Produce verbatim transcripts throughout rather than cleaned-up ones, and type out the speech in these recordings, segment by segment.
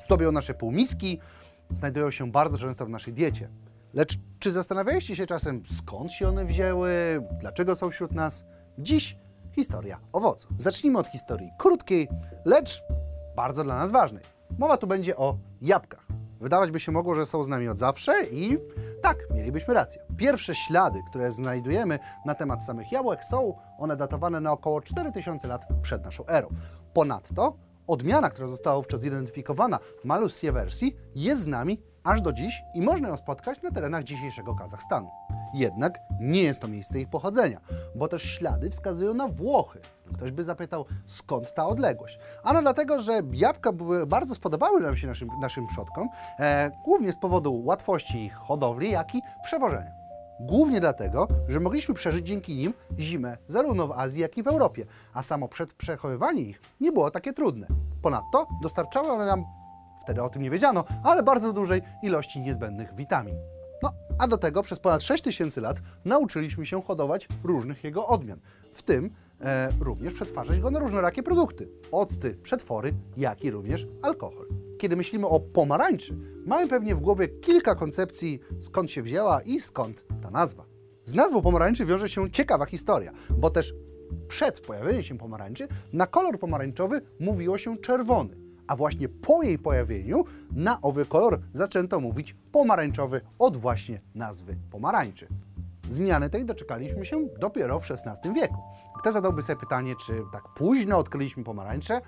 zdobią nasze półmiski, znajdują się bardzo często w naszej diecie. Lecz czy zastanawialiście się czasem, skąd się one wzięły, dlaczego są wśród nas? Dziś historia owoców. Zacznijmy od historii krótkiej, lecz bardzo dla nas ważnej. Mowa tu będzie o jabłkach. Wydawać by się mogło, że są z nami od zawsze i tak, mielibyśmy rację. Pierwsze ślady, które znajdujemy na temat samych jabłek, są one datowane na około cztery tysiące lat przed naszą erą. Ponadto odmiana, która została wówczas zidentyfikowana, Malus sieversi, jest z nami aż do dziś i można ją spotkać na terenach dzisiejszego Kazachstanu. Jednak nie jest to miejsce ich pochodzenia, bo też ślady wskazują na Włochy. Ktoś by zapytał, skąd ta odległość? Ano dlatego, że jabłka były, bardzo spodobały nam się naszym, naszym przodkom, e, głównie z powodu łatwości ich hodowli, jak i przewożenia. Głównie dlatego, że mogliśmy przeżyć dzięki nim zimę zarówno w Azji, jak i w Europie, a samo przechowywanie ich nie było takie trudne. Ponadto dostarczały one nam, wtedy o tym nie wiedziano, ale bardzo dużej ilości niezbędnych witamin. No, a do tego przez ponad sześć tysięcy lat nauczyliśmy się hodować różnych jego odmian, w tym e, również przetwarzać go na różnorakie produkty, octy, przetwory, jak i również alkohol. Kiedy myślimy o pomarańczy, mamy pewnie w głowie kilka koncepcji, skąd się wzięła i skąd ta nazwa. Z nazwą pomarańczy wiąże się ciekawa historia, bo też przed pojawieniem się pomarańczy na kolor pomarańczowy mówiło się czerwony, a właśnie po jej pojawieniu na owy kolor zaczęto mówić pomarańczowy od właśnie nazwy pomarańczy. Zmiany tej doczekaliśmy się dopiero w szesnastym wieku. Kto zadałby sobie pytanie, czy tak późno odkryliśmy pomarańcze?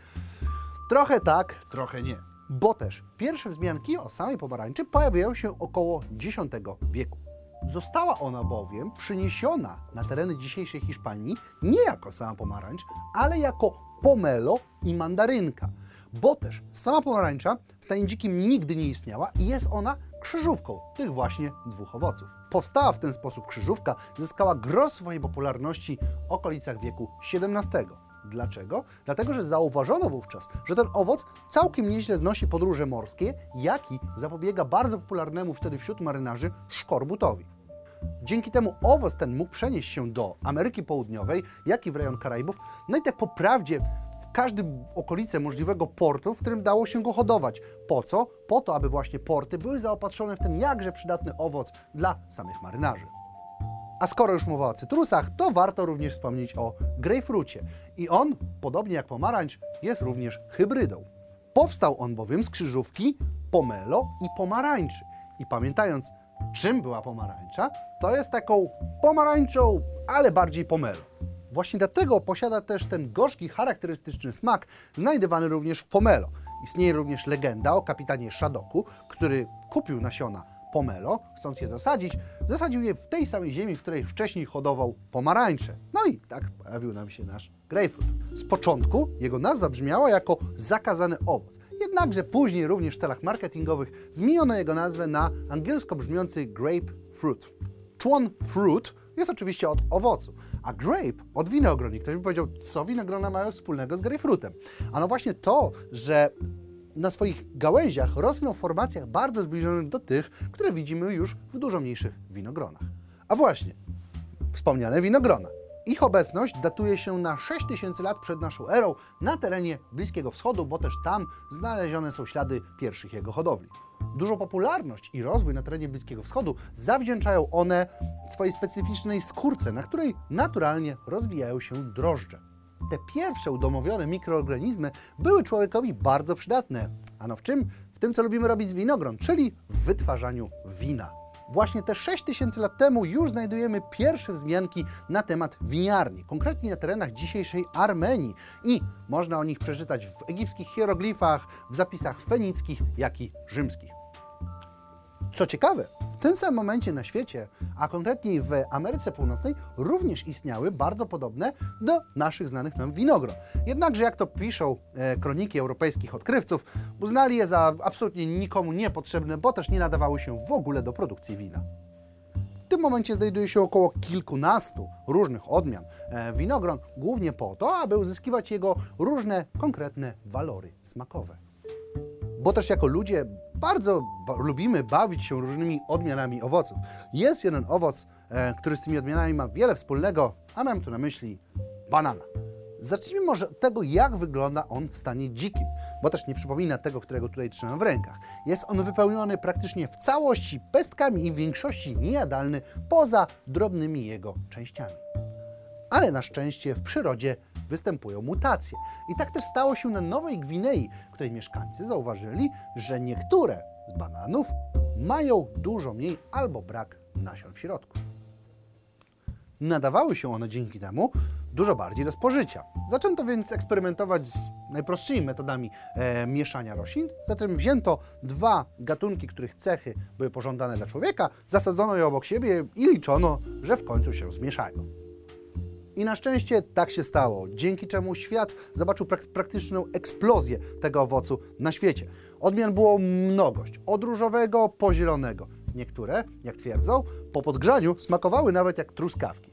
Trochę tak, trochę nie. Bo też pierwsze wzmianki o samej pomarańczy pojawiają się około dziesiątego wieku. Została ona bowiem przyniesiona na tereny dzisiejszej Hiszpanii nie jako sama pomarańcz, ale jako pomelo i mandarynka. Bo też sama pomarańcza w stanie dzikim nigdy nie istniała i jest ona krzyżówką tych właśnie dwóch owoców. Powstała w ten sposób krzyżówka, zyskała gros swojej popularności w okolicach wieku siedemnastego. Dlaczego? Dlatego, że zauważono wówczas, że ten owoc całkiem nieźle znosi podróże morskie, jak i zapobiega bardzo popularnemu wtedy wśród marynarzy szkorbutowi. Dzięki temu owoc ten mógł przenieść się do Ameryki Południowej, jak i w rejon Karaibów, no i tak po prawdzie w każdym okolice możliwego portu, w którym dało się go hodować. Po co? Po to, aby właśnie porty były zaopatrzone w ten jakże przydatny owoc dla samych marynarzy. A skoro już mowa o cytrusach, to warto również wspomnieć o grejpfrucie. I on, podobnie jak pomarańcz, jest również hybrydą. Powstał on bowiem z krzyżówki pomelo i pomarańczy. I pamiętając, czym była pomarańcza, to jest taką pomarańczą, ale bardziej pomelo. Właśnie dlatego posiada też ten gorzki, charakterystyczny smak, znajdywany również w pomelo. Istnieje również legenda o kapitanie Shadoku, który kupił nasiona pomelo, chcąc je zasadzić, zasadził je w tej samej ziemi, w której wcześniej hodował pomarańcze. No i tak pojawił nam się nasz grejpfrut. Z początku jego nazwa brzmiała jako zakazany owoc, jednakże później również w celach marketingowych zmieniono jego nazwę na angielsko brzmiący grapefruit. Człon fruit jest oczywiście od owocu, a grape od winogroni. Ktoś by powiedział, co winogrona mają wspólnego z grejpfrutem? A no właśnie to, że na swoich gałęziach rosną w formacjach bardzo zbliżonych do tych, które widzimy już w dużo mniejszych winogronach. A właśnie, wspomniane winogrona. Ich obecność datuje się na sześć tysięcy lat przed naszą erą na terenie Bliskiego Wschodu, bo też tam znalezione są ślady pierwszych jego hodowli. Dużą popularność i rozwój na terenie Bliskiego Wschodu zawdzięczają one swojej specyficznej skórce, na której naturalnie rozwijają się drożdże. Te pierwsze udomowione mikroorganizmy były człowiekowi bardzo przydatne. Ano w czym? W tym, co lubimy robić z winogron, czyli w wytwarzaniu wina. Właśnie te sześć tysięcy lat temu już znajdujemy pierwsze wzmianki na temat winiarni, konkretnie na terenach dzisiejszej Armenii i można o nich przeczytać w egipskich hieroglifach, w zapisach fenickich, jak i rzymskich. Co ciekawe, w tym samym momencie na świecie, a konkretniej w Ameryce Północnej, również istniały bardzo podobne do naszych znanych nam winogron. Jednakże, jak to piszą e, kroniki europejskich odkrywców, uznali je za absolutnie nikomu niepotrzebne, bo też nie nadawały się w ogóle do produkcji wina. W tym momencie znajduje się około kilkunastu różnych odmian e, winogron, głównie po to, aby uzyskiwać jego różne konkretne walory smakowe. Bo też jako ludzie bardzo ba lubimy bawić się różnymi odmianami owoców. Jest jeden owoc, e, który z tymi odmianami ma wiele wspólnego, a mam tu na myśli banana. Zacznijmy może od tego, jak wygląda on w stanie dzikim. bo też nie przypomina tego, którego tutaj trzymam w rękach. Jest on wypełniony praktycznie w całości pestkami i w większości niejadalny, poza drobnymi jego częściami. Ale na szczęście w przyrodzie występują mutacje. I tak też stało się na Nowej Gwinei, której mieszkańcy zauważyli, że niektóre z bananów mają dużo mniej albo brak nasion w środku. Nadawały się one dzięki temu dużo bardziej do spożycia. Zaczęto więc eksperymentować z najprostszymi metodami e, mieszania roślin. Zatem wzięto dwa gatunki, których cechy były pożądane dla człowieka, zasadzono je obok siebie i liczono, że w końcu się zmieszają. I na szczęście tak się stało, dzięki czemu świat zobaczył prak praktyczną eksplozję tego owocu na świecie. Odmian było mnogość, od różowego po zielonego. Niektóre, jak twierdzą, po podgrzaniu smakowały nawet jak truskawki.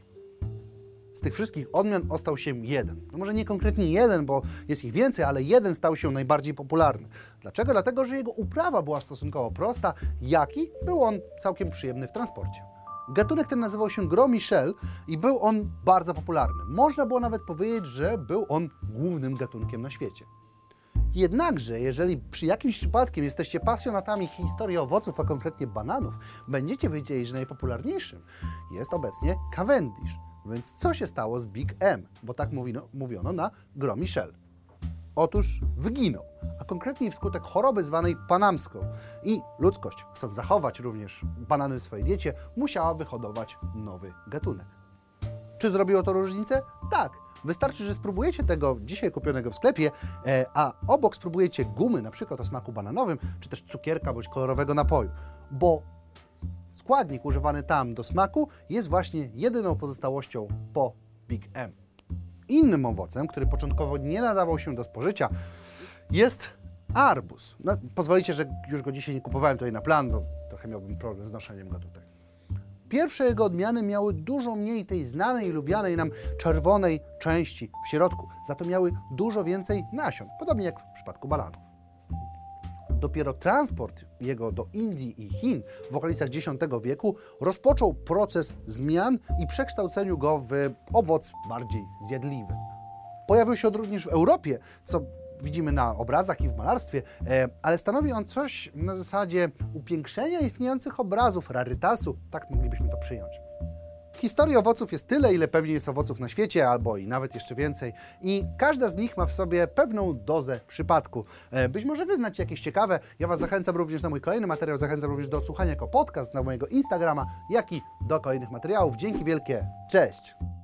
Z tych wszystkich odmian ostał się jeden. No może nie konkretnie jeden, bo jest ich więcej, ale jeden stał się najbardziej popularny. Dlaczego? Dlatego, że jego uprawa była stosunkowo prosta, jak i był on całkiem przyjemny w transporcie. Gatunek ten nazywał się Gros Michel i był on bardzo popularny. Można było nawet powiedzieć, że był on głównym gatunkiem na świecie. Jednakże, jeżeli przy jakimś przypadkiem jesteście pasjonatami historii owoców, a konkretnie bananów, będziecie wiedzieli, że najpopularniejszym jest obecnie Cavendish. Więc co się stało z Big M? Bo tak mówino, mówiono na Gros Michel. Otóż wyginął, a konkretniej wskutek choroby zwanej panamską. I ludzkość, chcąc zachować również banany w swojej diecie, musiała wyhodować nowy gatunek. Czy zrobiło to różnicę? Tak. Wystarczy, że spróbujecie tego dzisiaj kupionego w sklepie, e, a obok spróbujecie gumy, na przykład o smaku bananowym, czy też cukierka bądź kolorowego napoju, bo składnik używany tam do smaku jest właśnie jedyną pozostałością po Big M. Innym owocem, który początkowo nie nadawał się do spożycia, jest arbuz. No, pozwolicie, że już go dzisiaj nie kupowałem tutaj na plan, bo trochę miałbym problem z noszeniem go tutaj. Pierwsze jego odmiany miały dużo mniej tej znanej i lubianej nam czerwonej części w środku, za to miały dużo więcej nasion, podobnie jak w przypadku bananów. Dopiero transport jego do Indii i Chin w okolicach dziesiątego wieku rozpoczął proces zmian i przekształceniu go w owoc bardziej zjadliwy. Pojawił się on również w Europie, co widzimy na obrazach i w malarstwie, ale stanowi on coś na zasadzie upiększenia istniejących obrazów, rarytasu, tak moglibyśmy to przyjąć. Historii owoców jest tyle, ile pewnie jest owoców na świecie, albo i nawet jeszcze więcej. I każda z nich ma w sobie pewną dozę przypadku. Być może wyznać jakieś ciekawe. Ja Was zachęcam również na mój kolejny materiał, zachęcam również do odsłuchania jako podcast na mojego Instagrama, jak i do kolejnych materiałów. Dzięki wielkie, cześć!